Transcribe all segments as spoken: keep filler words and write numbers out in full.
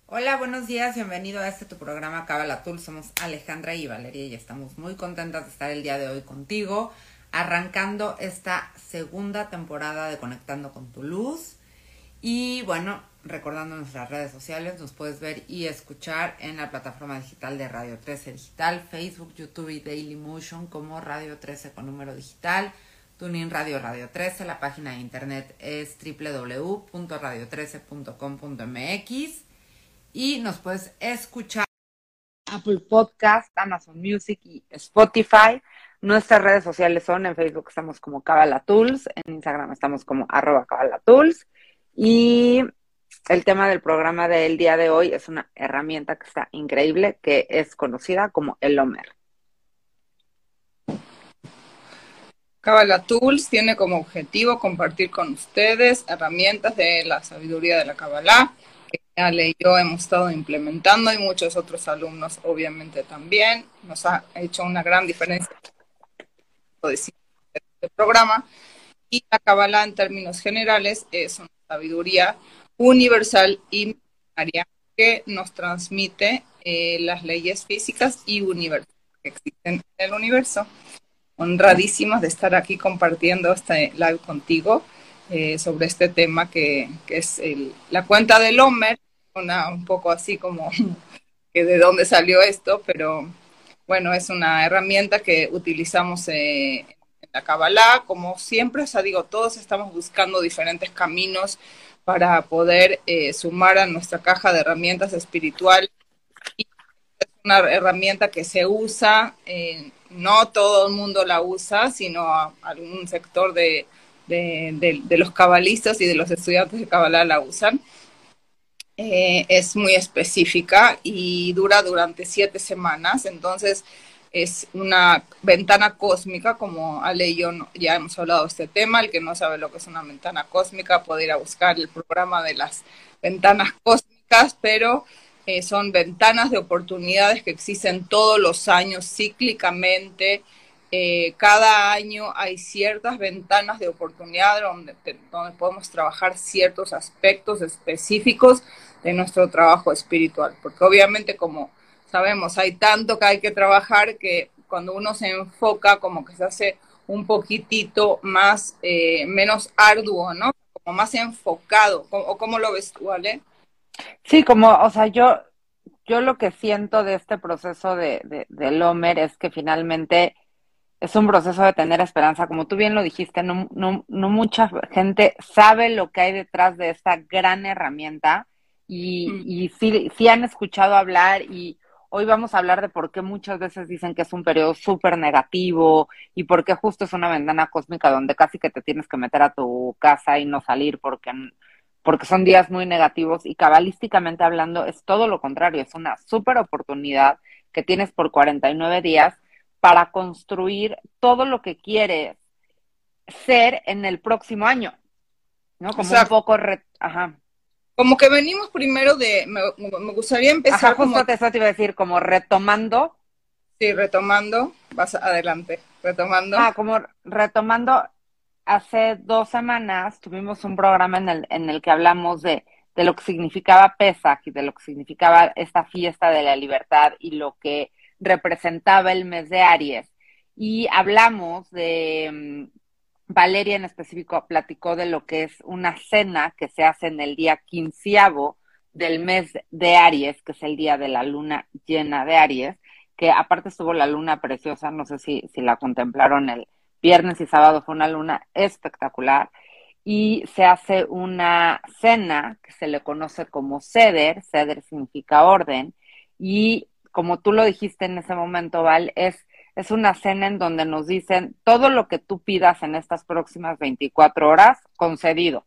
Hola, buenos días, bienvenido a este tu programa Cábala Tool. Somos Alejandra y Valeria y estamos muy contentas de estar el día de hoy contigo, arrancando esta segunda temporada de Conectando con tu Luz. Y bueno, recordando nuestras redes sociales, nos puedes ver y escuchar en la plataforma digital de Radio trece Digital, Facebook, YouTube y Dailymotion como Radio trece con número digital, TuneIn Radio Radio trece, la página de internet es doble u doble u doble u punto radio trece punto com punto m x y nos puedes escuchar en Apple Podcast, Amazon Music y Spotify. Nuestras redes sociales son: en Facebook estamos como Cábala Tools, en Instagram estamos como arroba Cábala Tools. Y el tema del programa del día de hoy es una herramienta que está increíble, que es conocida como el Homer. Cábala Tools tiene como objetivo compartir con ustedes herramientas de la sabiduría de la Cábala, que Ale y yo hemos estado implementando y muchos otros alumnos obviamente también. Nos ha hecho una gran diferencia de este programa. Y la Cábala, en términos generales, es una sabiduría universal y milenaria que nos transmite eh, las leyes físicas y universales que existen en el universo. Honradísimos de estar aquí compartiendo este live contigo eh, sobre este tema que, que es el, la cuenta del Homer, una, un poco así como que de dónde salió esto, pero bueno, es una herramienta que utilizamos eh, en la Kabbalah, como siempre, o sea, digo, todos estamos buscando diferentes caminos para poder eh, sumar a nuestra caja de herramientas espirituales. Y es una herramienta que se usa, eh, no todo el mundo la usa, sino a algún sector de, de, de, de los cabalistas y de los estudiantes de Kabbalah la usan. Eh, es muy específica y dura durante siete semanas, entonces es una ventana cósmica, como Ale y yo no, ya hemos hablado de este tema. El que no sabe lo que es una ventana cósmica puede ir a buscar el programa de las ventanas cósmicas, pero eh, son ventanas de oportunidades que existen todos los años cíclicamente. Eh, cada año hay ciertas ventanas de oportunidad donde, donde podemos trabajar ciertos aspectos específicos de nuestro trabajo espiritual, porque obviamente, como sabemos, hay tanto que hay que trabajar que cuando uno se enfoca, como que se hace un poquitito más, eh, menos arduo, ¿no? Como más enfocado. ¿O cómo lo ves tú, Ale? Sí, como, o sea, yo, yo lo que siento de este proceso de, de, del Homer es que finalmente es un proceso de tener esperanza. Como tú bien lo dijiste, no, no, no mucha gente sabe lo que hay detrás de esta gran herramienta y, Mm. y sí, sí han escuchado hablar, y hoy vamos a hablar de por qué muchas veces dicen que es un periodo súper negativo y por qué justo es una ventana cósmica donde casi que te tienes que meter a tu casa y no salir porque, porque son días muy negativos, y cabalísticamente hablando es todo lo contrario, es una súper oportunidad que tienes por cuarenta y nueve días para construir todo lo que quieres ser en el próximo año, ¿no? Como un Exacto. poco, re... ajá. Como que venimos primero de, me, me gustaría Ajá, empezar como, justo te eso te iba a decir, como retomando, sí, retomando, vas adelante, retomando. ajá, como retomando, hace dos semanas tuvimos un programa en el, en el que hablamos de, de lo que significaba Pesach y de lo que significaba esta fiesta de la libertad y lo que representaba el mes de Aries. Y hablamos de, Valeria en específico platicó de lo que es una cena que se hace en el día quinceavo del mes de Aries, que es el día de la luna llena de Aries, que aparte estuvo la luna preciosa, no sé si, si la contemplaron el viernes y sábado, fue una luna espectacular, y se hace una cena que se le conoce como Seder. Seder significa orden, y como tú lo dijiste en ese momento, Val, es es una cena en donde nos dicen todo lo que tú pidas en estas próximas veinticuatro horas, concedido.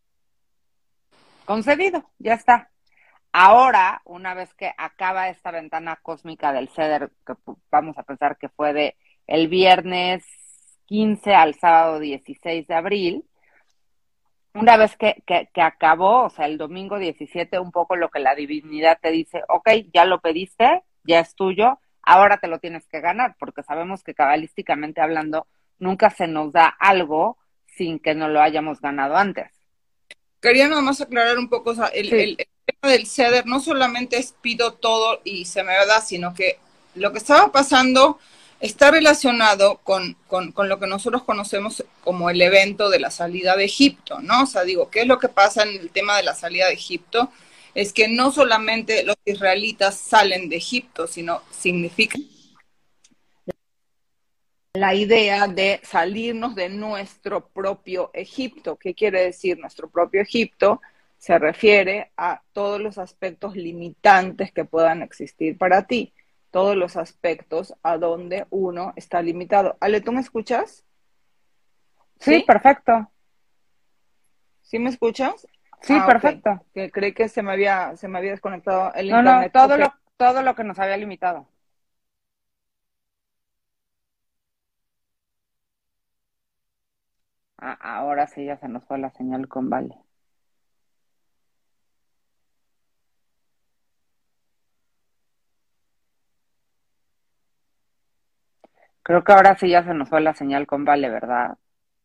Concedido, ya está. Ahora, una vez que acaba esta ventana cósmica del Ceder, que vamos a pensar que fue de el viernes quince al sábado dieciséis de abril, una vez que, que, que acabó, o sea, el domingo diecisiete, un poco lo que la divinidad te dice: ok, ya lo pediste, ya es tuyo, ahora te lo tienes que ganar, porque sabemos que cabalísticamente hablando, nunca se nos da algo sin que no lo hayamos ganado antes. Quería nada más aclarar un poco, o sea, el, Sí, el, el del ceder no solamente es pido todo y se me da, sino que lo que estaba pasando está relacionado con, con, con lo que nosotros conocemos como el evento de la salida de Egipto, ¿no? O sea, digo, ¿qué es lo que pasa en el tema de la salida de Egipto? Es que no solamente los israelitas salen de Egipto, sino significa la idea de salirnos de nuestro propio Egipto. ¿Qué quiere decir nuestro propio Egipto? Se refiere a todos los aspectos limitantes que puedan existir para ti, todos los aspectos a donde uno está limitado. Ale, ¿tú me escuchas? Sí, ¿Sí? perfecto. ¿Sí me escuchas? Sí, Ah, ok. perfecto. Que creí que se me había, se me había desconectado el No, no, internet. todo Ok. lo, todo lo que nos había limitado. Ah, ahora sí ya se nos fue la señal con Vale. Creo que ahora sí ya se nos fue la señal con Vale, ¿verdad?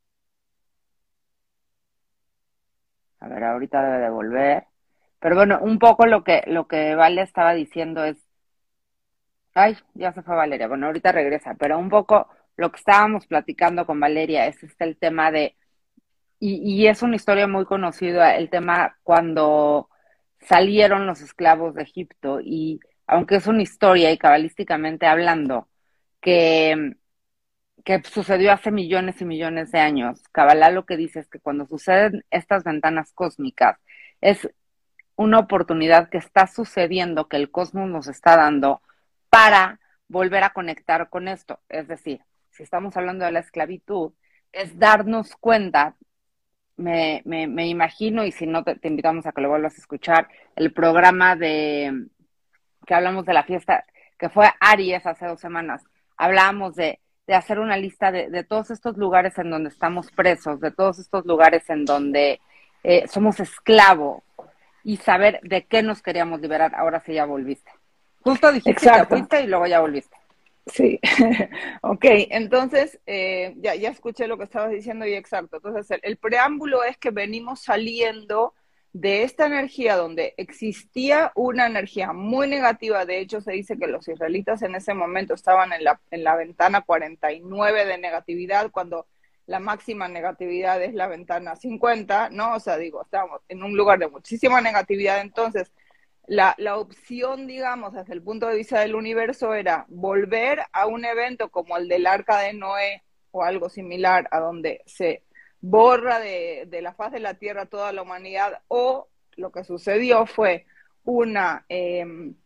A ver, ahorita debe de volver. Pero bueno, un poco lo que, lo que Vale estaba diciendo es, ay, ya se fue Valeria. Bueno, ahorita regresa, pero un poco lo que estábamos platicando con Valeria es este el tema de, y, y es una historia muy conocida, el tema cuando salieron los esclavos de Egipto, y aunque es una historia y cabalísticamente hablando, que, que sucedió hace millones y millones de años, Kabbalah lo que dice es que cuando suceden estas ventanas cósmicas, es una oportunidad que está sucediendo, que el cosmos nos está dando para volver a conectar con esto. Es decir, si estamos hablando de la esclavitud, es darnos cuenta, me, me, me imagino, y si no te, te invitamos a que lo vuelvas a escuchar, el programa de que hablamos de la fiesta, que fue Aries hace dos semanas, hablábamos de, de hacer una lista de, de todos estos lugares en donde estamos presos, de todos estos lugares en donde eh, somos esclavos, y saber de qué nos queríamos liberar. Ahora sí ya volviste. Justo dijiste y te Exacto. fuiste y luego ya volviste. Sí, ok, entonces eh, ya, ya escuché lo que estabas diciendo y exacto. Entonces el, el preámbulo es que venimos saliendo de esta energía donde existía una energía muy negativa. De hecho, se dice que los israelitas en ese momento estaban en la, en la ventana cuarenta y nueve de negatividad, cuando la máxima negatividad es la ventana cincuenta, ¿no? O sea, digo, estábamos en un lugar de muchísima negatividad. Entonces La, la opción, digamos, desde el punto de vista del universo era volver a un evento como el del Arca de Noé o algo similar, a donde se borra de, de la faz de la Tierra toda la humanidad, o lo que sucedió fue una, eh,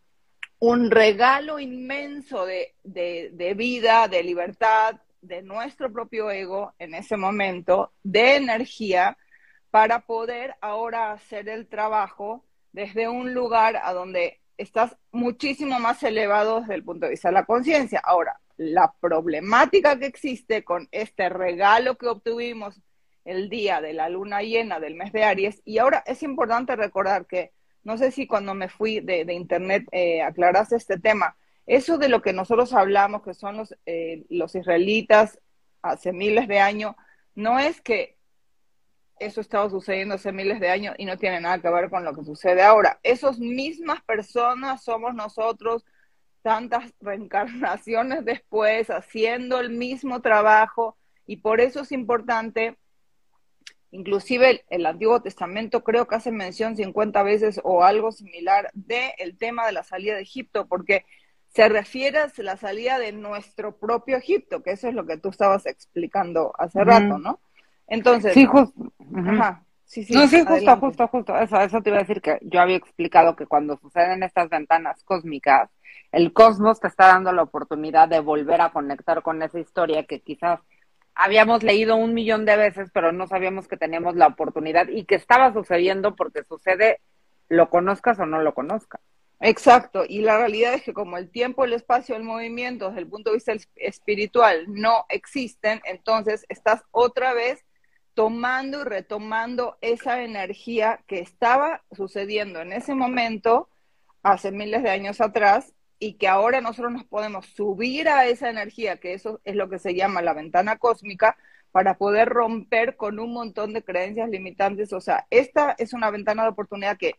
un regalo inmenso de, de, de vida, de libertad, de nuestro propio ego en ese momento, de energía, para poder ahora hacer el trabajo desde un lugar a donde estás muchísimo más elevado desde el punto de vista de la conciencia. Ahora, la problemática que existe con este regalo que obtuvimos el día de la luna llena del mes de Aries, y ahora es importante recordar que, no sé si cuando me fui de, de internet eh, aclaraste este tema, eso de lo que nosotros hablamos, que son los, eh, los israelitas hace miles de años, no es que eso estaba sucediendo hace miles de años y no tiene nada que ver con lo que sucede ahora. Esas mismas personas somos nosotros, tantas reencarnaciones después, haciendo el mismo trabajo, y por eso es importante, inclusive el, el Antiguo Testamento creo que hace mención cincuenta veces o algo similar del tema de la salida de Egipto, porque se refiere a la salida de nuestro propio Egipto, que eso es lo que tú estabas explicando hace uh-huh. rato, ¿no? Entonces, sí, justo. Uh-huh. Ajá, sí, sí. No, sí, justo, adelante. justo, justo. Eso, eso te iba a decir, que yo había explicado que cuando suceden estas ventanas cósmicas, el cosmos te está dando la oportunidad de volver a conectar con esa historia que quizás habíamos leído un millón de veces, pero no sabíamos que teníamos la oportunidad y que estaba sucediendo, porque sucede, lo conozcas o no lo conozcas. Exacto, y la realidad es que como el tiempo, el espacio, el movimiento, desde el punto de vista espiritual, no existen, entonces estás otra vez tomando y retomando esa energía que estaba sucediendo en ese momento, hace miles de años atrás, y que ahora nosotros nos podemos subir a esa energía, que eso es lo que se llama la ventana cósmica, para poder romper con un montón de creencias limitantes. O sea, esta es una ventana de oportunidad que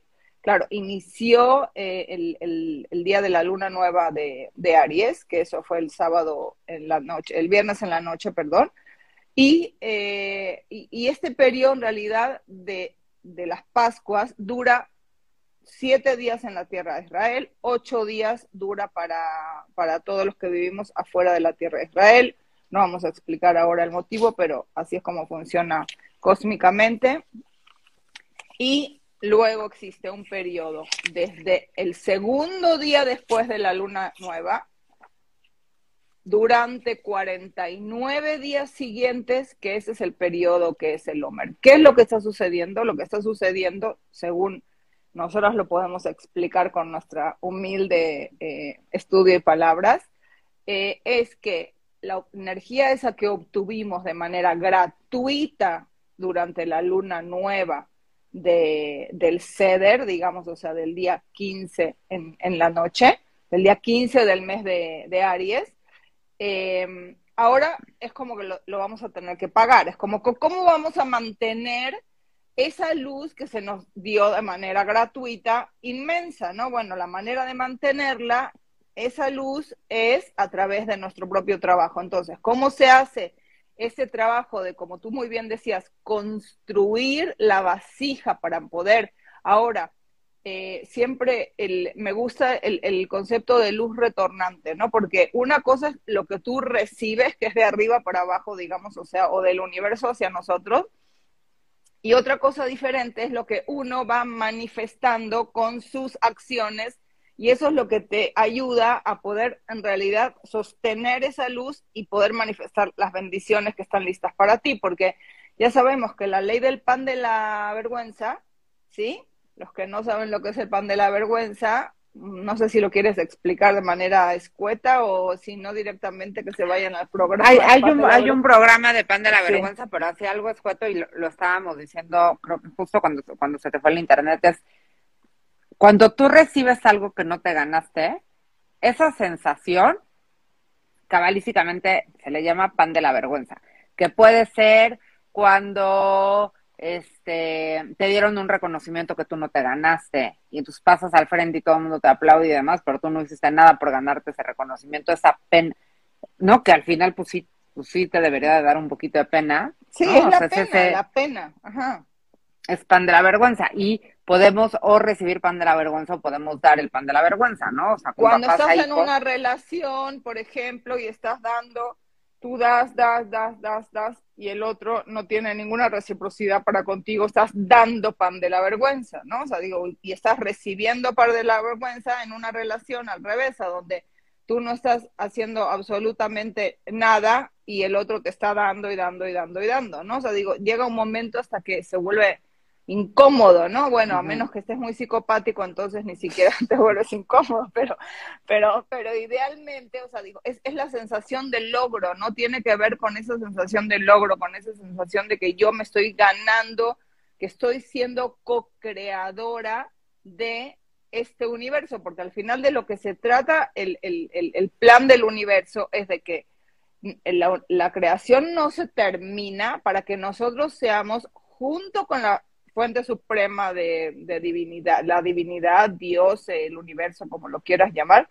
claro, inició eh, el, el, el día de la luna nueva de, de Aries, que eso fue el sábado en la noche, el viernes en la noche, perdón, y, eh, y, y este periodo en realidad de, de las Pascuas dura siete días en la tierra de Israel, ocho días dura para, para todos los que vivimos afuera de la tierra de Israel. No vamos a explicar ahora el motivo, pero así es como funciona cósmicamente. Y luego existe un periodo desde el segundo día después de la luna nueva, durante cuarenta y nueve días siguientes, que ese es el periodo que es el Omer. ¿Qué es lo que está sucediendo? Lo que está sucediendo, según nosotros lo podemos explicar con nuestra humilde eh, estudio y palabras, eh, es que la energía esa que obtuvimos de manera gratuita durante la luna nueva de, del Seder, digamos, o sea, del día quince en, en la noche, del día quince del mes de, de Aries, eh, ahora es como que lo, lo vamos a tener que pagar. Es como, ¿cómo vamos a mantener esa luz que se nos dio de manera gratuita, inmensa, ¿no? Bueno, la manera de mantenerla, esa luz, es a través de nuestro propio trabajo. Entonces, ¿cómo se hace ese trabajo de, como tú muy bien decías, construir la vasija para poder ahora, eh, siempre el, me gusta el, el concepto de luz retornante, ¿no? Porque una cosa es lo que tú recibes, que es de arriba para abajo, digamos, o sea, o del universo hacia nosotros, y otra cosa diferente es lo que uno va manifestando con sus acciones, y eso es lo que te ayuda a poder en realidad sostener esa luz y poder manifestar las bendiciones que están listas para ti, porque ya sabemos que la ley del pan de la vergüenza, ¿sí? Los que no saben lo que es el pan de la vergüenza, no sé si lo quieres explicar de manera escueta o si no directamente que se vayan al programa. Hay, hay, un, hay un programa de pan de la vergüenza, sí, pero hace algo escueto y lo, lo estábamos diciendo, creo que justo cuando, cuando se te fue el internet, es cuando tú recibes algo que no te ganaste, esa sensación cabalísticamente se le llama pan de la vergüenza, que puede ser cuando este te dieron un reconocimiento que tú no te ganaste y entonces pasas al frente y todo el mundo te aplaude y demás, pero tú no hiciste nada por ganarte ese reconocimiento, esa pena, ¿no? Que al final pues sí, pues sí te debería de dar un poquito de pena. Sí, ¿no? es O la sea, pena, ese, la pena, ajá. Es pan de la vergüenza y podemos o recibir pan de la vergüenza o podemos dar el pan de la vergüenza, ¿no? O sea, con cuando papás estás a en hijos. una relación, por ejemplo, y estás dando, tú das, das, das, das, das, y el otro no tiene ninguna reciprocidad para contigo, estás dando pan de la vergüenza, ¿no? O sea, digo, y estás recibiendo pan de la vergüenza en una relación al revés, a donde tú no estás haciendo absolutamente nada y el otro te está dando y dando y dando y dando, ¿no? O sea, digo, llega un momento hasta que se vuelve incómodo, ¿no? Bueno, a menos que estés muy psicopático, entonces ni siquiera te vuelves incómodo, pero, pero, pero idealmente, o sea, digo, es, es la sensación de logro, ¿no? Tiene que ver con esa sensación de logro, con esa sensación de que yo me estoy ganando, que estoy siendo co-creadora de este universo, porque al final de lo que se trata, el, el, el, el plan del universo es de que la, la creación no se termina para que nosotros seamos, junto con la fuente suprema de, de divinidad, la divinidad, Dios, el universo, como lo quieras llamar,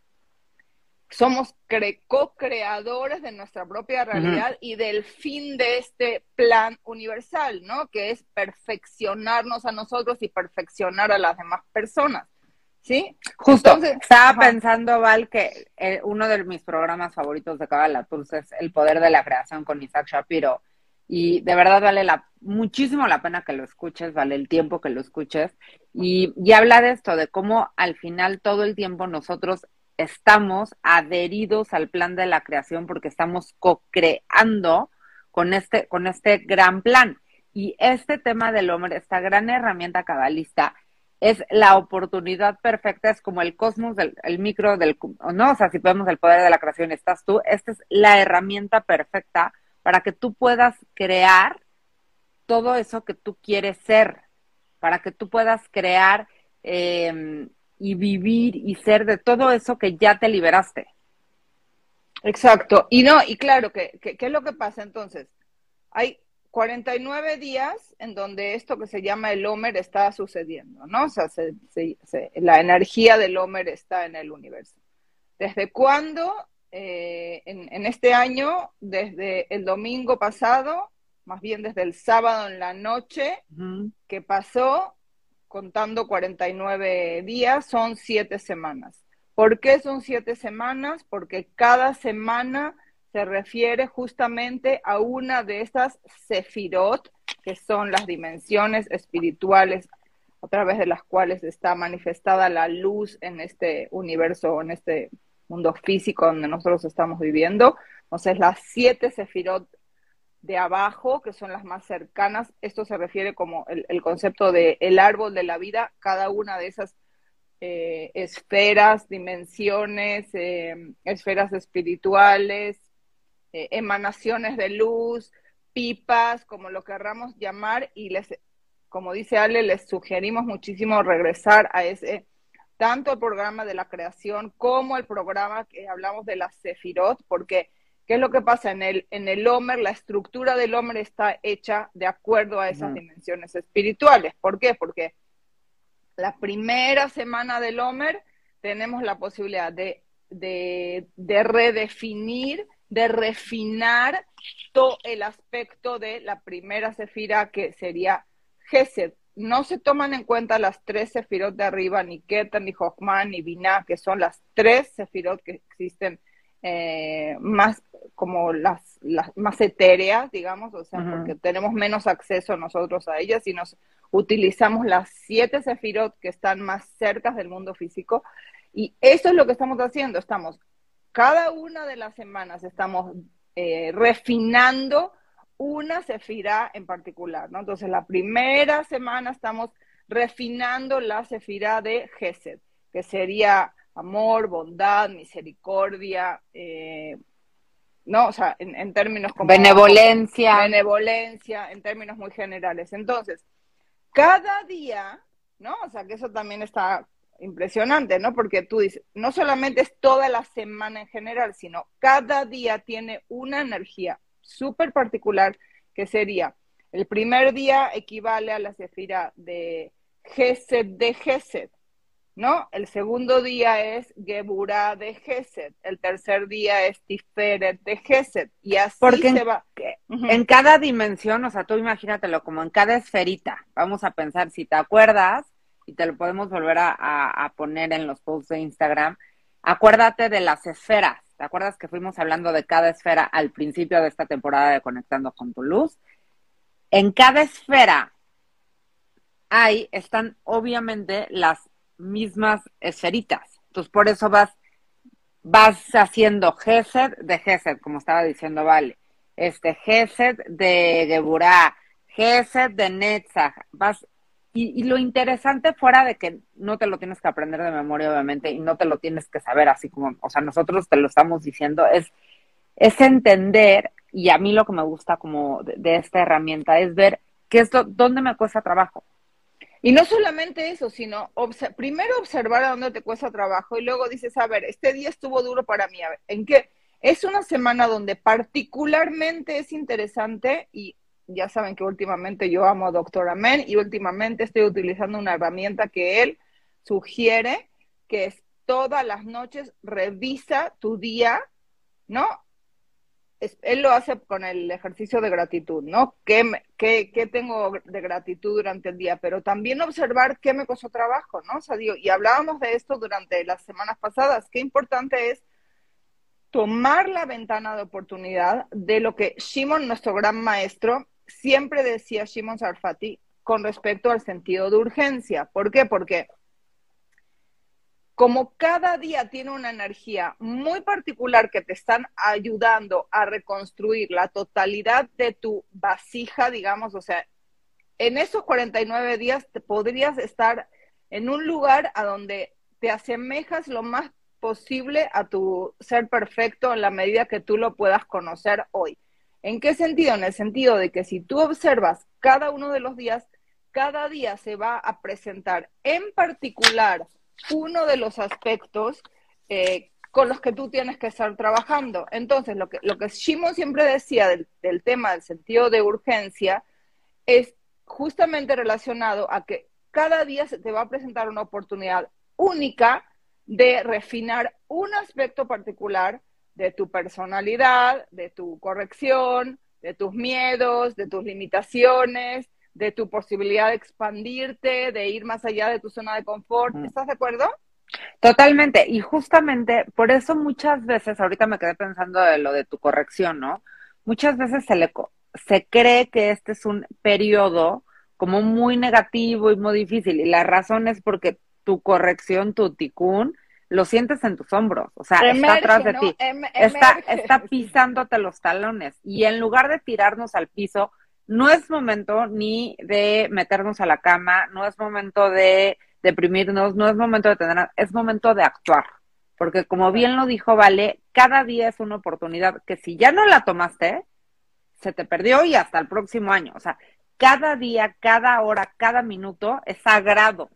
somos co-creadores de nuestra propia realidad uh-huh. y del fin de este plan universal, ¿no? Que es perfeccionarnos a nosotros y perfeccionar a las demás personas, ¿sí? Justo, Entonces, estaba ajá. pensando, Val, que eh, uno de mis programas favoritos de Kabbalah Tools es El Poder de la Creación con Isaac Shapiro. Y de verdad vale la, muchísimo la pena que lo escuches, vale el tiempo que lo escuches. Y, y habla de esto, de cómo al final todo el tiempo nosotros estamos adheridos al plan de la creación porque estamos co-creando con este, con este gran plan. Y este tema del hombre, esta gran herramienta cabalista, es la oportunidad perfecta, es como el cosmos, del, el micro del, no, o sea, si vemos el poder de la creación, estás tú, esta es la herramienta perfecta para que tú puedas crear todo eso que tú quieres ser, para que tú puedas crear eh, y vivir y ser de todo eso que ya te liberaste. Exacto, y no, y claro, ¿qué que, que es lo que pasa entonces? Hay cuarenta y nueve días en donde esto que se llama el Omer está sucediendo, ¿no? O sea, se, se, se, la energía del Omer está en el universo. ¿Desde cuándo? Eh, en, en este año, desde el domingo pasado, más bien desde el sábado en la noche, uh-huh. que pasó, contando cuarenta y nueve días, son siete semanas. ¿Por qué son siete semanas? Porque cada semana se refiere justamente a una de estas sefirot, que son las dimensiones espirituales a través de las cuales está manifestada la luz en este universo, en este mundo físico donde nosotros estamos viviendo. Entonces, las siete sefirot de abajo, que son las más cercanas, esto se refiere como el, el concepto de el árbol de la vida, cada una de esas eh, esferas, dimensiones, eh, esferas espirituales, Eh, emanaciones de luz, pipas, como lo querramos llamar, y les, como dice Ale, les sugerimos muchísimo regresar a ese, tanto el programa de la creación como el programa que hablamos de la Sefirot, porque ¿qué es lo que pasa? En el, en el Omer, la estructura del Omer está hecha de acuerdo a esas uh-huh. dimensiones espirituales. ¿Por qué? Porque la primera semana del Omer tenemos la posibilidad de, de, de redefinir, de refinar todo el aspecto de la primera sefira, que sería Gesed. No se toman en cuenta las tres sefirot de arriba, ni Keter, ni Jochma, ni Binah, que son las tres sefirot que existen eh, más como las, las más etéreas, digamos, o sea, uh-huh. porque tenemos menos acceso nosotros a ellas y nos utilizamos las siete sefirot que están más cerca del mundo físico. Y eso es lo que estamos haciendo, estamos cada una de las semanas estamos eh, refinando una sefirá en particular, ¿no? Entonces, la primera semana estamos refinando la sefirá de Gesed, que sería amor, bondad, misericordia, eh, ¿no? O sea, en, en términos como... Benevolencia. Como, benevolencia, en términos muy generales. Entonces, cada día, ¿no? O sea, que eso también está... impresionante, ¿no? Porque tú dices, no solamente es toda la semana en general, sino cada día tiene una energía súper particular, que sería, el primer día equivale a la sefira de Gesed de Gesed, ¿no? El segundo día es Geburah de Gesed, el tercer día es Tiferet de Gesed, y así Porque se en, va. Uh-huh. En cada dimensión, o sea, tú imagínatelo como en cada esferita, vamos a pensar, si te acuerdas, y te lo podemos volver a, a, a poner en los posts de Instagram, acuérdate de las esferas. ¿Te acuerdas que fuimos hablando de cada esfera al principio de esta temporada de Conectando con tu Luz? En cada esfera hay, están obviamente las mismas esferitas. Entonces, por eso vas, vas haciendo Gesed de Gesed, como estaba diciendo Vale. Este, Gesed de Geburah, Gesed de Netzach, vas... Y, y lo interesante, fuera de que no te lo tienes que aprender de memoria, obviamente, y no te lo tienes que saber así como, o sea, nosotros te lo estamos diciendo, es, es entender, y a mí lo que me gusta como de, de esta herramienta es ver qué es lo, dónde me cuesta trabajo. Y no solamente eso, sino obse- primero observar a dónde te cuesta trabajo, y luego dices, a ver, este día estuvo duro para mí, a ver, ¿en qué? Es una semana donde particularmente es interesante, y ya saben que últimamente yo amo a Doctor Amen y últimamente estoy utilizando una herramienta que él sugiere, que es todas las noches revisa tu día, ¿no? Es, él lo hace con el ejercicio de gratitud, ¿no? ¿Qué, qué, ¿Qué tengo de gratitud durante el día? Pero también observar qué me costó trabajo, ¿no? O sea, digo, y hablábamos de esto durante las semanas pasadas, qué importante es tomar la ventana de oportunidad de lo que Shimon, nuestro gran maestro, siempre decía Shimon Sarfati con respecto al sentido de urgencia. ¿Por qué? Porque como cada día tiene una energía muy particular que te están ayudando a reconstruir la totalidad de tu vasija, digamos, o sea, en esos cuarenta y nueve días te podrías estar en un lugar a donde te asemejas lo más posible a tu ser perfecto en la medida que tú lo puedas conocer hoy. ¿En qué sentido? En el sentido de que si tú observas cada uno de los días, cada día se va a presentar en particular uno de los aspectos eh, con los que tú tienes que estar trabajando. Entonces, lo que, lo que Shimon siempre decía del, del tema del sentido de urgencia es justamente relacionado a que cada día se te va a presentar una oportunidad única de refinar un aspecto particular de tu personalidad, de tu corrección, de tus miedos, de tus limitaciones, de tu posibilidad de expandirte, de ir más allá de tu zona de confort. ¿Estás de acuerdo? Totalmente, y justamente por eso muchas veces, ahorita me quedé pensando de lo de tu corrección, ¿no? Muchas veces se le se cree que este es un periodo como muy negativo y muy difícil, y la razón es porque tu corrección, tu ticún, lo sientes en tus hombros, o sea, Emerge, está atrás de ¿no? ti, Em está, está pisándote los talones, y en lugar de tirarnos al piso, no es momento ni de meternos a la cama, no es momento de deprimirnos, no es momento de tener, es momento de actuar, porque como bien lo dijo Vale, cada día es una oportunidad que si ya no la tomaste, se te perdió y hasta el próximo año, o sea, cada día, cada hora, cada minuto es sagrado,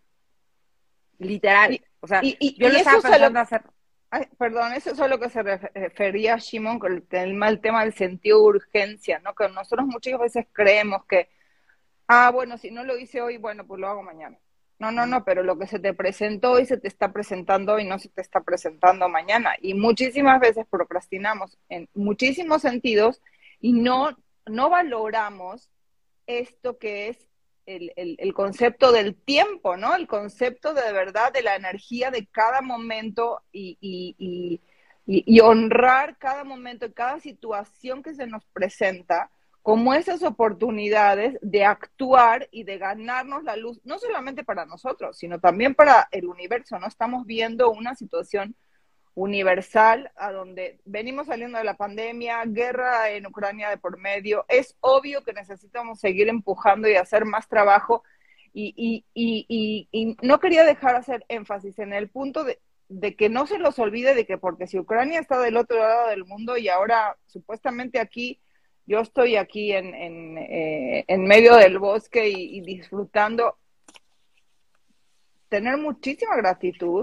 literal, y, o sea, y, y, yo y lo estaba pensando lo, hacer... Ay, perdón, eso es a lo que se refería Shimon con el tema, el tema del sentido de urgencia, ¿no? Que nosotros muchas veces creemos que, ah, bueno, si no lo hice hoy, bueno, pues lo hago mañana. No, no, no, pero lo que se te presentó hoy se te está presentando hoy, no se te está presentando mañana. Y muchísimas veces procrastinamos en muchísimos sentidos y no, no valoramos esto que es el, el, el concepto del tiempo, ¿no? El concepto de, de verdad de la energía de cada momento y, y, y, y, y honrar cada momento y cada situación que se nos presenta como esas oportunidades de actuar y de ganarnos la luz, no solamente para nosotros, sino también para el universo, ¿no? Estamos viendo una situación universal a donde venimos saliendo de la pandemia, guerra en Ucrania de por medio, es obvio que necesitamos seguir empujando y hacer más trabajo y, y, y, y, y no quería dejar de hacer énfasis en el punto de, de que no se los olvide de que porque si Ucrania está del otro lado del mundo y ahora supuestamente aquí yo estoy aquí en, en, eh, en medio del bosque y, y disfrutando, tener muchísima gratitud,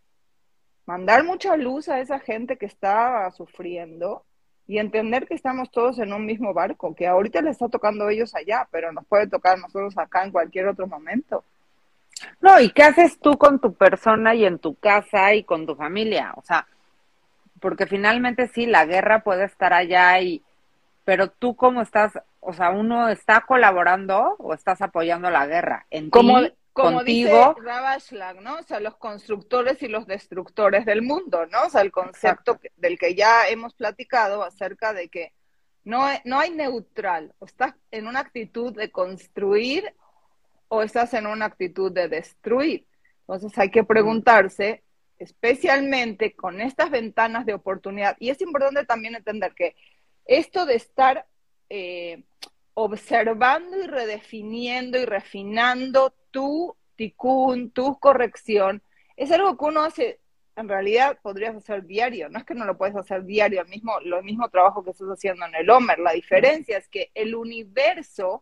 mandar mucha luz a esa gente que está sufriendo y entender que estamos todos en un mismo barco, que ahorita le está tocando a ellos allá, pero nos puede tocar a nosotros acá en cualquier otro momento. No, ¿y qué haces tú con tu persona y en tu casa y con tu familia? O sea, porque finalmente sí, la guerra puede estar allá y pero tú cómo estás, o sea, uno está colaborando o estás apoyando la guerra en como, ti, como contigo. Dice Ravashlag, ¿no? O sea, los constructores y los destructores del mundo, ¿no? O sea, el concepto Exacto. del que ya hemos platicado acerca de que no, no hay neutral, o estás en una actitud de construir o estás en una actitud de destruir. Entonces hay que preguntarse, especialmente con estas ventanas de oportunidad, y es importante también entender que esto de estar eh, observando y redefiniendo y refinando tu ticún, tu corrección, es algo que uno hace, en realidad podrías hacer diario, no es que no lo puedes hacer diario, el mismo, lo mismo trabajo que estás haciendo en el Homer, la diferencia es que el universo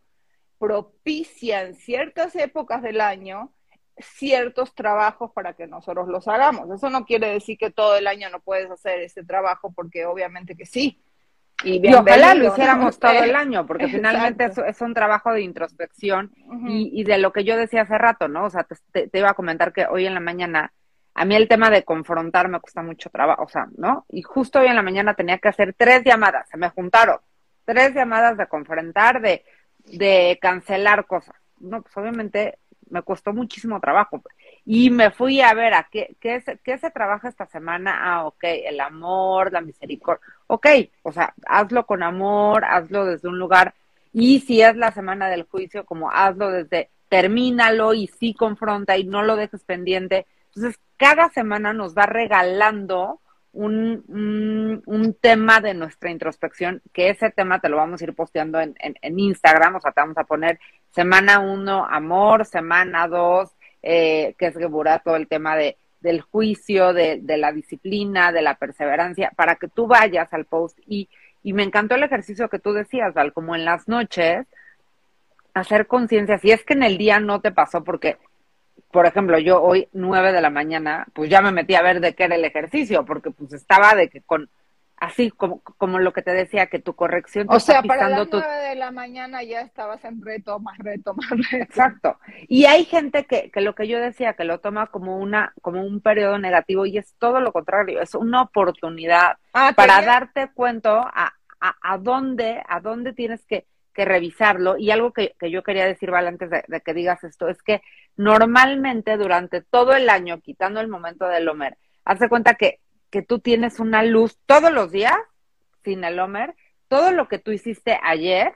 propicia en ciertas épocas del año ciertos trabajos para que nosotros los hagamos. Eso no quiere decir que todo el año no puedes hacer ese trabajo, porque obviamente que sí. Y, y ojalá lo hiciéramos ¿no? todo el año, porque finalmente es, es un trabajo de introspección uh-huh. y, y de lo que yo decía hace rato, ¿no? O sea, te, te iba a comentar que hoy en la mañana, a mí el tema de confrontar me cuesta mucho trabajo, o sea, ¿no? Y justo hoy en la mañana tenía que hacer tres llamadas, se me juntaron, tres llamadas de confrontar, de, de cancelar cosas. No, pues obviamente me costó muchísimo trabajo. Y me fui a ver a qué, qué, se, qué se trabaja esta semana. Ah, ok, el amor, la misericordia. Ok, o sea, hazlo con amor, hazlo desde un lugar. Y si es la semana del juicio, como hazlo desde, termínalo y sí confronta y no lo dejes pendiente. Entonces, cada semana nos va regalando un, un, un tema de nuestra introspección, que ese tema te lo vamos a ir posteando en, en, en Instagram. O sea, te vamos a poner semana uno, amor, semana dos, Eh, que es Geburá, todo el tema de, del juicio, de, de la disciplina, de la perseverancia, para que tú vayas al post. Y, y me encantó el ejercicio que tú decías, Val, como en las noches, hacer conciencia. Si es que en el día no te pasó, porque por ejemplo, yo hoy, nueve de la mañana, pues ya me metí a ver de qué era el ejercicio, porque pues estaba de que con, así como, como lo que te decía, que tu corrección te O está sea, para las pisando tu... nueve de la mañana ya estabas en reto, más reto, más reto. Exacto. Y hay gente que, que lo que yo decía, que lo toma como una, como un periodo negativo, y es todo lo contrario, es una oportunidad Ah, para quería, darte cuenta a, a, a dónde, a dónde tienes que, que revisarlo. Y algo que, que yo quería decir, Val, antes de, de que digas esto, es que normalmente durante todo el año, quitando el momento del Homer, haz de cuenta que, que tú tienes una luz todos los días, sin el Homer, todo lo que tú hiciste ayer,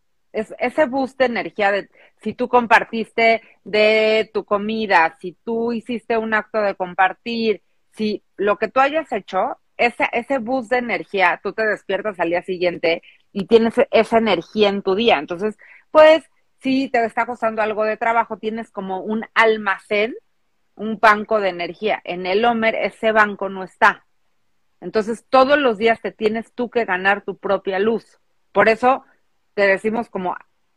es ese boost de energía de si tú compartiste de tu comida, si tú hiciste un acto de compartir, si lo que tú hayas hecho, ese, ese boost de energía, tú te despiertas al día siguiente y tienes esa energía en tu día. Entonces, pues, si te está costando algo de trabajo, tienes como un almacén, un banco de energía. En el Homer ese banco no está. Entonces, todos los días te tienes tú que ganar tu propia luz. Por eso te decimos como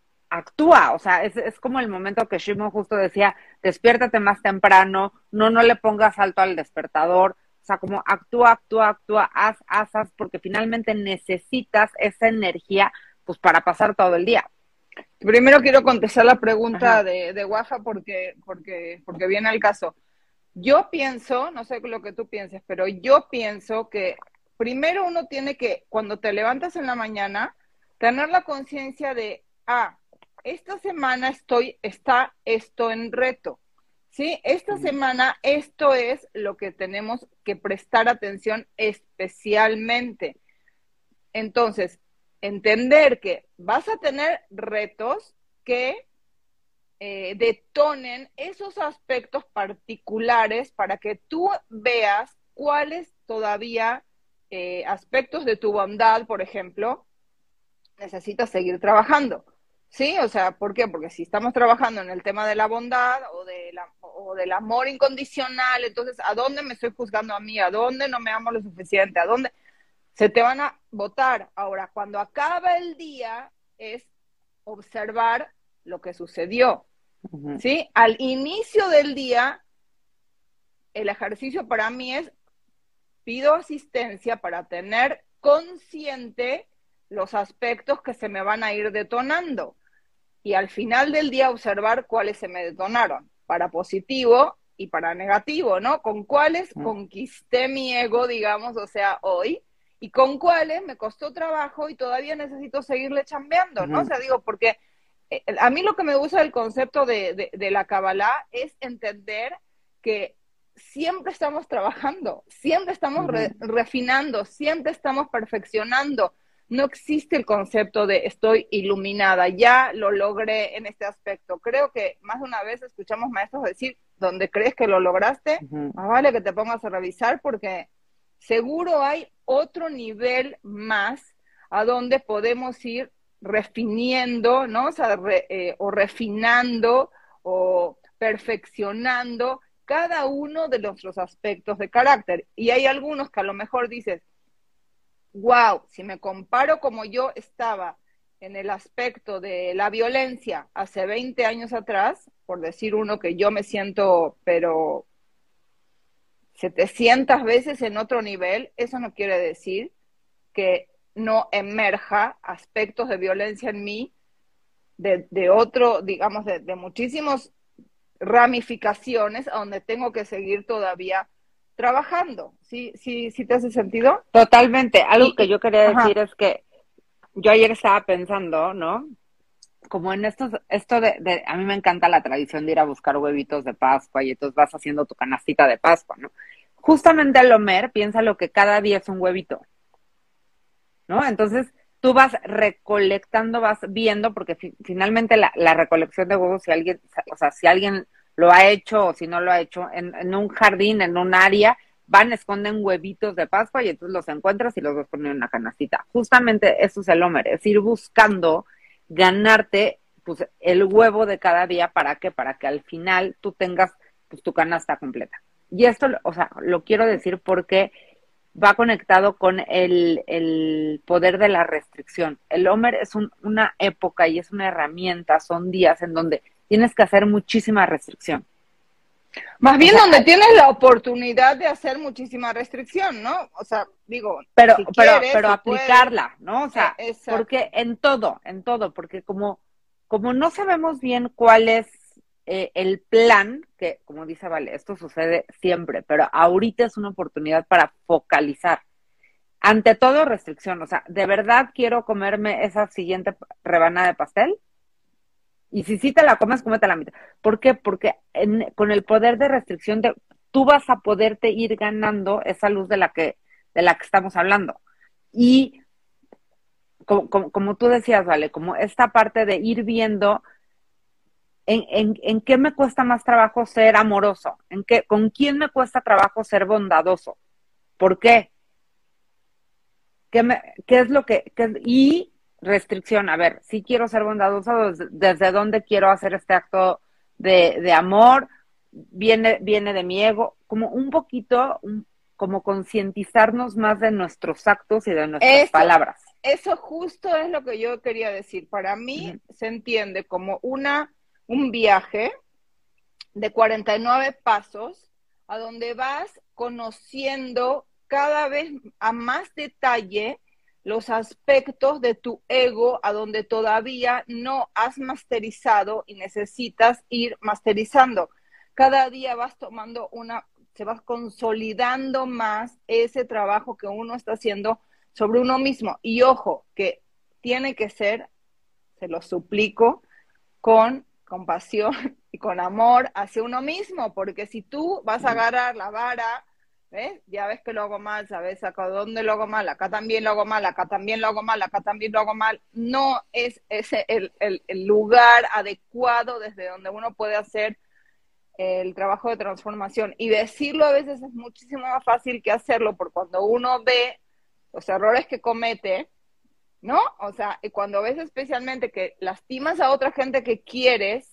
actúa, o sea, es, es como el momento que Shimon justo decía, despiértate más temprano, no, no le pongas alto al despertador, o sea, como actúa, actúa, actúa, haz, haz, haz, porque finalmente necesitas esa energía, pues, para pasar todo el día. primero quiero contestar la pregunta Ajá. de, de Wafa porque, porque, porque viene al caso. Yo pienso, no sé lo que tú pienses, pero yo pienso que primero uno tiene que, cuando te levantas en la mañana, tener la conciencia de, ah, esta semana estoy, está esto en reto, ¿sí? Esta semana esto es lo que tenemos que prestar atención especialmente. Entonces, entender que vas a tener retos que eh, detonen esos aspectos particulares para que tú veas cuáles todavía eh, aspectos de tu bondad, por ejemplo, necesitas seguir trabajando. ¿Sí? O sea, ¿por qué? Porque si estamos trabajando en el tema de la bondad o, de la, o del amor incondicional, entonces, ¿a dónde me estoy juzgando a mí? ¿A dónde no me amo lo suficiente? ¿A dónde? Se te van a botar. Ahora, cuando acaba el día, es observar lo que sucedió. Uh-huh. ¿Sí? Al inicio del día, el ejercicio para mí es, pido asistencia para tener consciente los aspectos que se me van a ir detonando. Y al final del día observar cuáles se me detonaron, para positivo y para negativo, ¿no? Con cuáles uh-huh. conquisté mi ego, digamos, o sea, hoy, y con cuáles me costó trabajo y todavía necesito seguirle chambeando, ¿no? Uh-huh. O sea, digo, porque eh, a mí lo que me gusta del concepto de, de, de la Kabbalah es entender que siempre estamos trabajando, siempre estamos uh-huh. re, refinando, siempre estamos perfeccionando. No existe el concepto de estoy iluminada, ya lo logré en este aspecto. Creo que más de una vez escuchamos maestros decir, donde crees que lo lograste, uh-huh. más vale que te pongas a revisar porque seguro hay otro nivel más a donde podemos ir refiniendo, ¿no? O sea, re, eh, o refinando o perfeccionando cada uno de nuestros aspectos de carácter. Y hay algunos que a lo mejor dices, wow, si me comparo como yo estaba en el aspecto de la violencia hace veinte años atrás, por decir uno que yo me siento, pero setecientas veces en otro nivel, eso no quiere decir que no emerja aspectos de violencia en mí, de, de otro, digamos, de, de muchísimas ramificaciones a donde tengo que seguir todavía trabajando. ¿Sí, sí, sí te hace sentido? Totalmente. Algo y, que yo quería decir ajá. es que yo ayer estaba pensando, ¿no? Como en estos, esto de, de, a mí me encanta la tradición de ir a buscar huevitos de Pascua y entonces vas haciendo tu canastita de Pascua, ¿no? Justamente el Homer piensa lo que cada día es un huevito, ¿no? Entonces tú vas recolectando, vas viendo, porque fi finalmente la, la recolección de huevos, si alguien, o sea, si alguien lo ha hecho o si no lo ha hecho, en, en un jardín, en un área, van, esconden huevitos de Pascua y entonces los encuentras y los vas poniendo en una canastita. Justamente eso es el Homer, es ir buscando ganarte pues el huevo de cada día. ¿Para qué? Para que al final tú tengas pues tu canasta completa. Y esto, o sea, lo quiero decir porque va conectado con el, el poder de la restricción. El Homer es un, una época y es una herramienta, son días en donde tienes que hacer muchísima restricción. Más bien O sea, donde tienes la oportunidad de hacer muchísima restricción, ¿no? O sea, digo, pero, si pero, quieres, pero si puedes, aplicarla, ¿no? O eh, sea, exacto. porque en todo, en todo, porque como, como no sabemos bien cuál es eh, el plan, que como dice Vale, esto sucede siempre, pero ahorita es una oportunidad para focalizar. Ante todo, restricción, o sea, ¿de verdad quiero comerme esa siguiente rebanada de pastel? Y si sí te la comes, cómete la mitad. ¿Por qué? Porque en, con el poder de restricción de, tú vas a poderte ir ganando esa luz de la que, de la que estamos hablando. Y como, como, como tú decías, Vale, como esta parte de ir viendo en, en, en qué me cuesta más trabajo ser amoroso, en qué, con quién me cuesta trabajo ser bondadoso. ¿Por qué? ¿Qué, me, qué es lo que... Qué, y restricción, a ver, si quiero ser bondadosa, desde, desde dónde quiero hacer este acto de, de amor, viene, viene de mi ego, como un poquito, un, como concientizarnos más de nuestros actos y de nuestras Eso, palabras. eso justo es lo que yo quería decir. Para mí Uh-huh. se entiende como una, un viaje de cuarenta y nueve pasos a donde vas conociendo cada vez a más detalle los aspectos de tu ego a donde todavía no has masterizado y necesitas ir masterizando. Cada día vas tomando una, se vas consolidando más ese trabajo que uno está haciendo sobre uno mismo. Y ojo, que tiene que ser, se lo suplico, con compasión y con amor hacia uno mismo, porque si tú vas a agarrar la vara, ¿ves? Ya ves que lo hago mal, sabes acá dónde lo hago mal, acá también lo hago mal, acá también lo hago mal, acá también lo hago mal, no es ese el, el, el lugar adecuado desde donde uno puede hacer el trabajo de transformación. Y decirlo a veces es muchísimo más fácil que hacerlo, porque cuando uno ve los errores que comete, ¿no? O sea, y cuando ves especialmente que lastimas a otra gente que quieres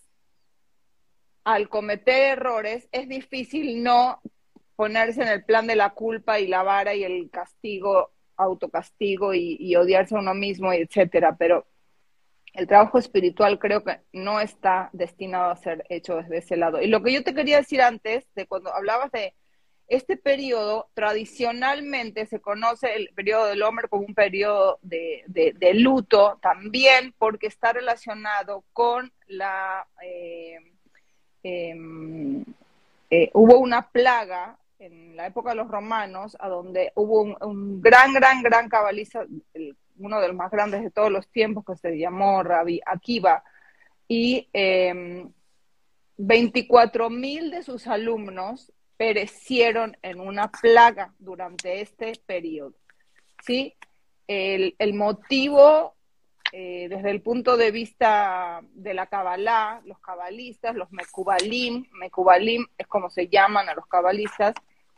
al cometer errores, es difícil no ponerse en el plan de la culpa y la vara y el castigo, autocastigo y, y odiarse a uno mismo, y etcétera. Pero el trabajo espiritual creo que no está destinado a ser hecho desde ese lado. Y lo que yo te quería decir antes, de cuando hablabas de este periodo, tradicionalmente se conoce el periodo del hombre como un periodo de, de, de luto también, porque está relacionado con la... Eh, eh, eh, hubo una plaga en la época de los romanos, a donde hubo un, un gran, gran, gran cabalista, el, uno de los más grandes de todos los tiempos, que se llamó Rabbi Akiva, y eh, veinticuatro mil de sus alumnos perecieron en una plaga durante este periodo, ¿sí? El, el motivo, eh, desde el punto de vista de la Kabbalah, los cabalistas, los Mekubalim, Mekubalim es como se llaman a los cabalistas,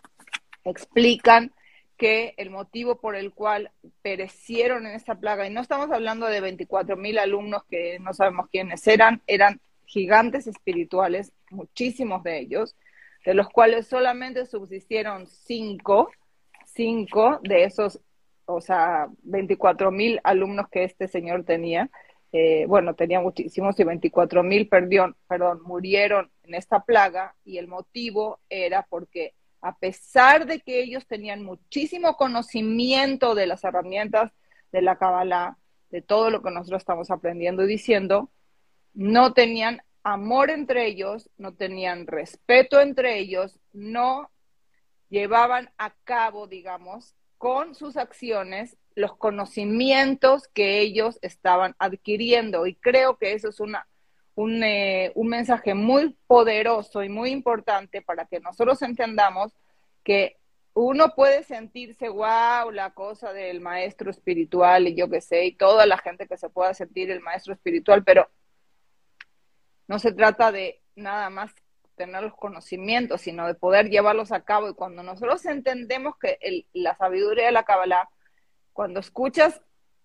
explican que el motivo por el cual perecieron en esta plaga, y no estamos hablando de veinticuatro mil alumnos que no sabemos quiénes eran, eran gigantes espirituales, muchísimos de ellos, de los cuales solamente subsistieron cinco, cinco de esos, o sea, veinticuatro mil alumnos que este señor tenía. Eh, bueno, tenía muchísimos y veinticuatro mil, perdón, perdón, murieron en esta plaga, y el motivo era porque a pesar de que ellos tenían muchísimo conocimiento de las herramientas de la Kabbalah, de todo lo que nosotros estamos aprendiendo y diciendo, no tenían amor entre ellos, no tenían respeto entre ellos, no llevaban a cabo, digamos, con sus acciones los conocimientos que ellos estaban adquiriendo. Y creo que eso es una, un, eh, un mensaje muy poderoso y muy importante para que nosotros entendamos que uno puede sentirse, wow, la cosa del maestro espiritual y yo qué sé, y toda la gente que se pueda sentir el maestro espiritual, pero no se trata de nada más tener los conocimientos, sino de poder llevarlos a cabo. Y cuando nosotros entendemos que el, la sabiduría de la Kabbalah, cuando escuchas,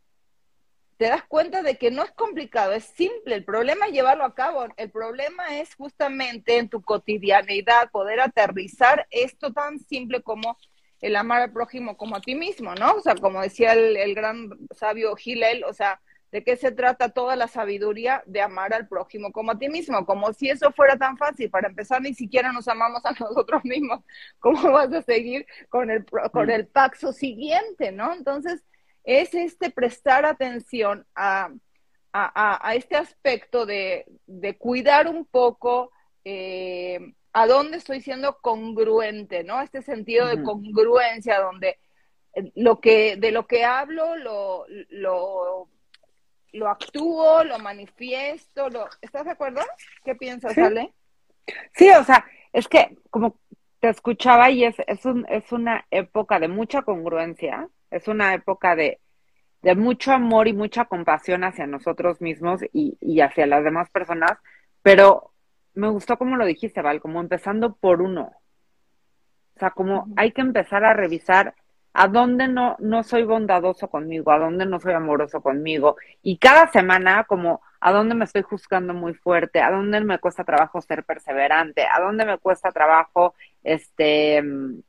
te das cuenta de que no es complicado, es simple. El problema es llevarlo a cabo. El problema es justamente en tu cotidianidad poder aterrizar esto tan simple como el amar al prójimo como a ti mismo, ¿no? O sea, como decía el, el gran sabio Hillel, o sea, ¿De qué se trata toda la sabiduría? De amar al prójimo como a ti mismo, como si eso fuera tan fácil. Para empezar, ni siquiera nos amamos a nosotros mismos. ¿Cómo vas a seguir con el, con el paso siguiente, no? Entonces, es este prestar atención a, a, a este aspecto de, de cuidar un poco eh, a dónde estoy siendo congruente, ¿no? Este sentido uh-huh. de congruencia, donde lo que, de lo que hablo, lo... lo lo actúo, lo manifiesto, lo... ¿Estás de acuerdo? ¿Qué piensas, sí. Ale? Sí, o sea, es que como te escuchaba y es, es, un, es una época de mucha congruencia, es una época de, de mucho amor y mucha compasión hacia nosotros mismos y, y hacia las demás personas, pero me gustó como lo dijiste, Val, como empezando por uno. O sea, como uh-huh. hay que empezar a revisar a dónde no, no soy bondadoso conmigo, a dónde no soy amoroso conmigo. Y cada semana, como a dónde me estoy juzgando muy fuerte, a dónde me cuesta trabajo ser perseverante, a dónde me cuesta trabajo, este,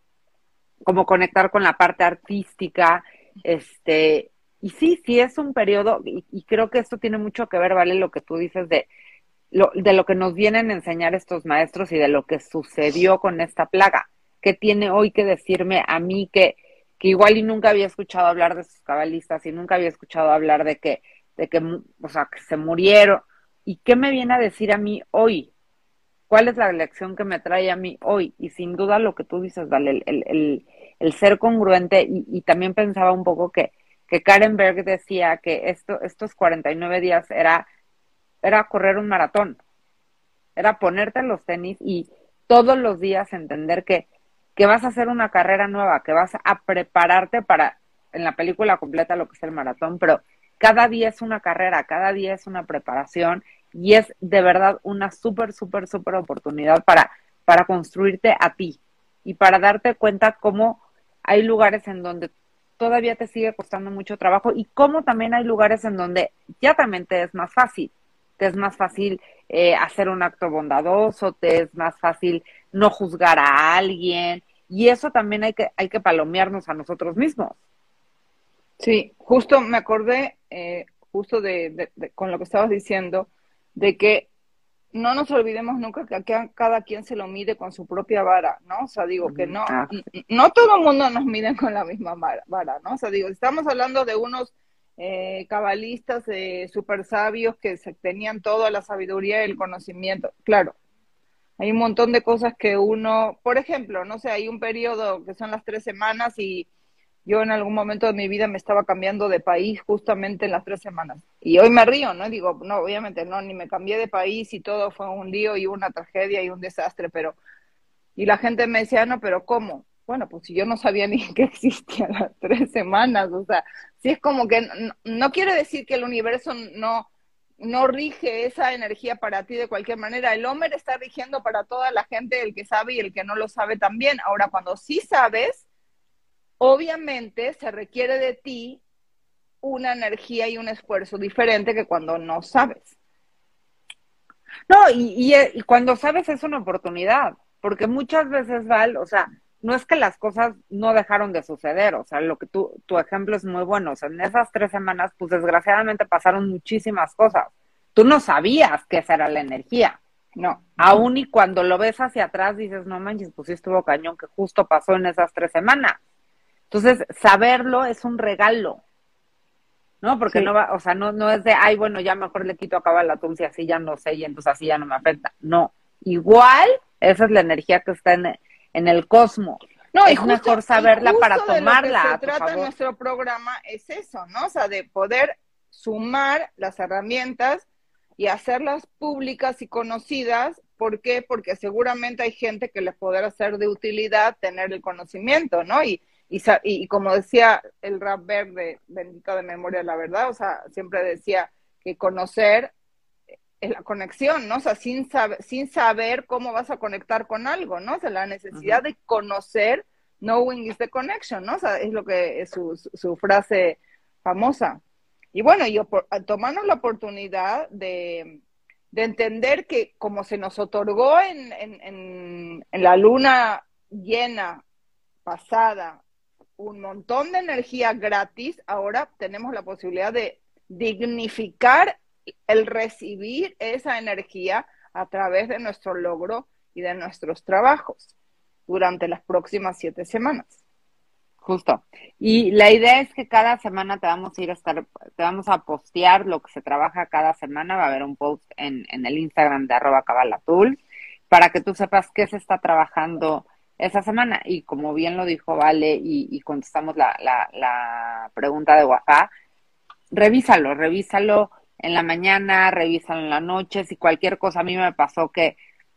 como conectar con la parte artística, este, y sí, sí es un periodo, y, y creo que esto tiene mucho que ver, Vale, lo que tú dices de lo, de lo que nos vienen a enseñar estos maestros y de lo que sucedió con esta plaga. ¿Qué tiene hoy que decirme a mí que que igual y nunca había escuchado hablar de sus cabalistas y nunca había escuchado hablar de que, de que, o sea, que se murieron? ¿Y qué me viene a decir a mí hoy? ¿Cuál es la lección que me trae a mí hoy? Y sin duda lo que tú dices, Vale, el, el, el, el ser congruente, y, y también pensaba un poco que, que Karen Berg decía que esto, estos cuarenta y nueve días era, era correr un maratón, era ponerte los tenis y todos los días entender que que vas a hacer una carrera nueva, que vas a prepararte para, en la película completa lo que es el maratón, pero cada día es una carrera, cada día es una preparación y es de verdad una súper, súper, súper oportunidad para, para construirte a ti y para darte cuenta cómo hay lugares en donde todavía te sigue costando mucho trabajo y cómo también hay lugares en donde ya también te es más fácil. Te es más fácil eh, hacer un acto bondadoso, te es más fácil no juzgar a alguien, y eso también hay que, hay que palomearnos a nosotros mismos. Sí, justo me acordé, eh, justo de, de, de, con lo que estabas diciendo, de que no nos olvidemos nunca que aquí a cada quien se lo mide con su propia vara, ¿no? O sea, digo que no, ah. no todo el mundo nos mide con la misma vara, ¿no? O sea, digo, estamos hablando de unos eh, cabalistas eh, súper sabios que se, tenían toda la sabiduría y el conocimiento. Claro, hay un montón de cosas que uno, por ejemplo, no sé, hay un periodo que son las tres semanas y yo en algún momento de mi vida me estaba cambiando de país justamente en las tres semanas. Y hoy me río, ¿no? Digo, no, obviamente no, ni me cambié de país y todo fue un lío y una tragedia y un desastre, pero... Y la gente me decía, no, pero ¿cómo? Bueno, pues si yo no sabía ni que existían las tres semanas, o sea, sí es como que no, no quiere decir que el universo no, no rige esa energía para ti de cualquier manera. El Homer está rigiendo para toda la gente, el que sabe y el que no lo sabe también. Ahora, cuando sí sabes, obviamente se requiere de ti una energía y un esfuerzo diferente que cuando no sabes. No, y, y, y cuando sabes es una oportunidad, porque muchas veces, Val, o sea, no es que las cosas no dejaron de suceder, o sea, lo que tú, tu ejemplo es muy bueno, o sea, en esas tres semanas, pues desgraciadamente pasaron muchísimas cosas. Tú no sabías que esa era la energía, no, aún y cuando lo ves hacia atrás dices, no manches, pues sí estuvo cañón que justo pasó en esas tres semanas. Entonces, saberlo es un regalo, ¿no? Porque sí. no va, o sea, no, no es de, ay, bueno, ya mejor le quito a Kabbalah-Tools y así ya no sé, y entonces así ya no me afecta. No, igual, esa es la energía que está en, en el cosmos. No, es y justo, mejor saberla y para tomarla. De lo que se a tu trata favor. Nuestro programa es eso, ¿no? O sea, de poder sumar las herramientas y hacerlas públicas y conocidas. ¿Por qué? Porque seguramente hay gente que les podrá ser de utilidad tener el conocimiento, ¿no? Y, y, y como decía el Rab Verde, bendito de memoria la verdad, o sea, siempre decía que conocer es la conexión, ¿no? O sea, sin saber, sin saber cómo vas a conectar con algo, ¿no? O sea, la necesidad uh-huh. de conocer, knowing is the connection, ¿no? O sea, es lo que es su, su, su frase famosa. Y bueno, y tomarnos la oportunidad de, de entender que como se nos otorgó en, en, en, en la luna llena pasada un montón de energía gratis, ahora tenemos la posibilidad de dignificar el recibir esa energía a través de nuestro logro y de nuestros trabajos durante las próximas siete semanas. Justo. Y la idea es que cada semana te vamos a ir a estar, te vamos a postear lo que se trabaja cada semana. Va a haber un post en, en el Instagram de arroba cabalatul para que tú sepas qué se está trabajando esa semana. Y como bien lo dijo Vale y, y contestamos la, la, la pregunta de WhatsApp, revísalo, revísalo en la mañana, revísalo en la noche. Si cualquier cosa, a mí me pasó que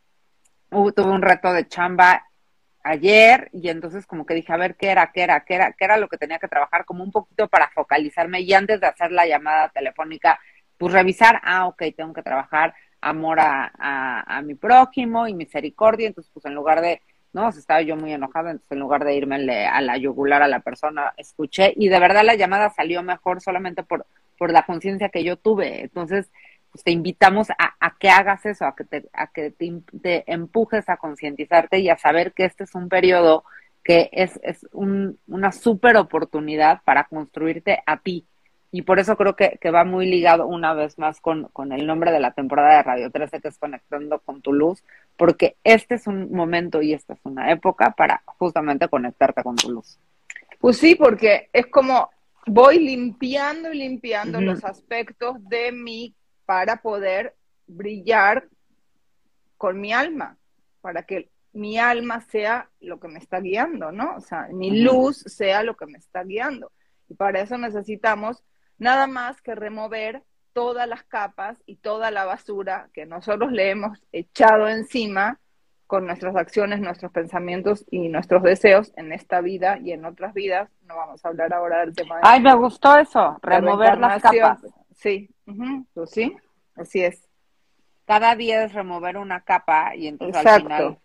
uh, tuve un reto de chamba ayer y entonces como que dije, a ver, ¿qué era, qué era, qué era, qué era lo que tenía que trabajar? Como un poquito para focalizarme y antes de hacer la llamada telefónica, pues revisar, ah, ok, tengo que trabajar amor a, a, a mi prójimo y misericordia, entonces pues en lugar de, no, si estaba yo muy enojada, entonces en lugar de irme a la yugular a la persona, escuché y de verdad la llamada salió mejor solamente por, por la conciencia que yo tuve, entonces pues te invitamos a, a que hagas eso, a que te, a que te, te empujes a concientizarte y a saber que este es un periodo que es, es un, una súper oportunidad para construirte a ti. Y por eso creo que, que va muy ligado una vez más con, con el nombre de la temporada de Radio trece, que es Conectando con tu Luz, porque este es un momento y esta es una época para justamente conectarte con tu luz. Pues sí, porque es como voy limpiando y limpiando Uh-huh. los aspectos de mí para poder brillar con mi alma, para que mi alma sea lo que me está guiando, ¿no? O sea, mi uh-huh. luz sea lo que me está guiando. Y para eso necesitamos nada más que remover todas las capas y toda la basura que nosotros le hemos echado encima con nuestras acciones, nuestros pensamientos y nuestros deseos en esta vida y en otras vidas. No vamos a hablar ahora del tema de... Ay, me gustó eso, remover las capas. Sí, uh-huh. Pues sí, así es. Cada día es remover una capa y entonces Exacto. Al final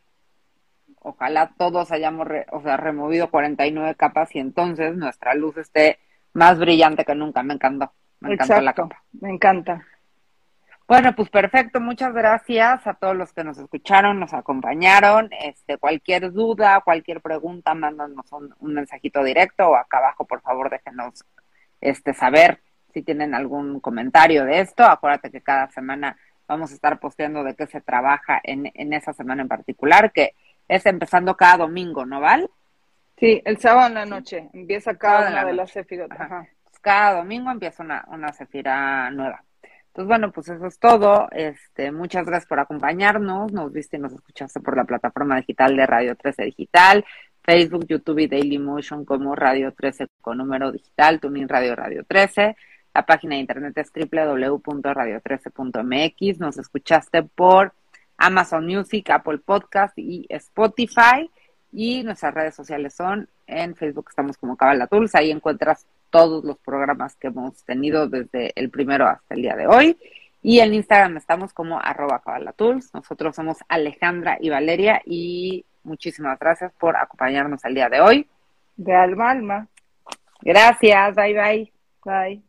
ojalá todos hayamos re, o sea, removido cuarenta y nueve capas y entonces nuestra luz esté más brillante que nunca. Me encantó, me encantó Exacto. la capa. Me encanta. Bueno, pues perfecto, muchas gracias a todos los que nos escucharon, nos acompañaron. Este, cualquier duda, cualquier pregunta, mándanos un, un mensajito directo o acá abajo, por favor, déjenos este saber si tienen algún comentario de esto. Acuérdate que cada semana vamos a estar posteando de qué se trabaja en, en esa semana en particular, que es empezando cada domingo, ¿no, Val? Sí, el sábado en la noche, empieza cada, cada una de las sefirotas. Ajá. Cada domingo empieza una, una sefira nueva. Entonces, bueno, pues eso es todo. Este, muchas gracias por acompañarnos. Nos viste y nos escuchaste por la plataforma digital de Radio trece Digital, Facebook, YouTube y Dailymotion como Radio trece con número digital, TuneIn Radio Radio trece. La página de internet es doble u doble u doble u punto radio trece punto m x. Nos escuchaste por Amazon Music, Apple Podcast y Spotify. Y nuestras redes sociales son en Facebook, estamos como Kabbalah Tools. Ahí encuentras todos los programas que hemos tenido desde el primero hasta el día de hoy. Y en Instagram estamos como arroba Kabbalah Tools. Nosotros somos Alejandra y Valeria y muchísimas gracias por acompañarnos el día de hoy. De alma a alma. Gracias, bye bye. Bye.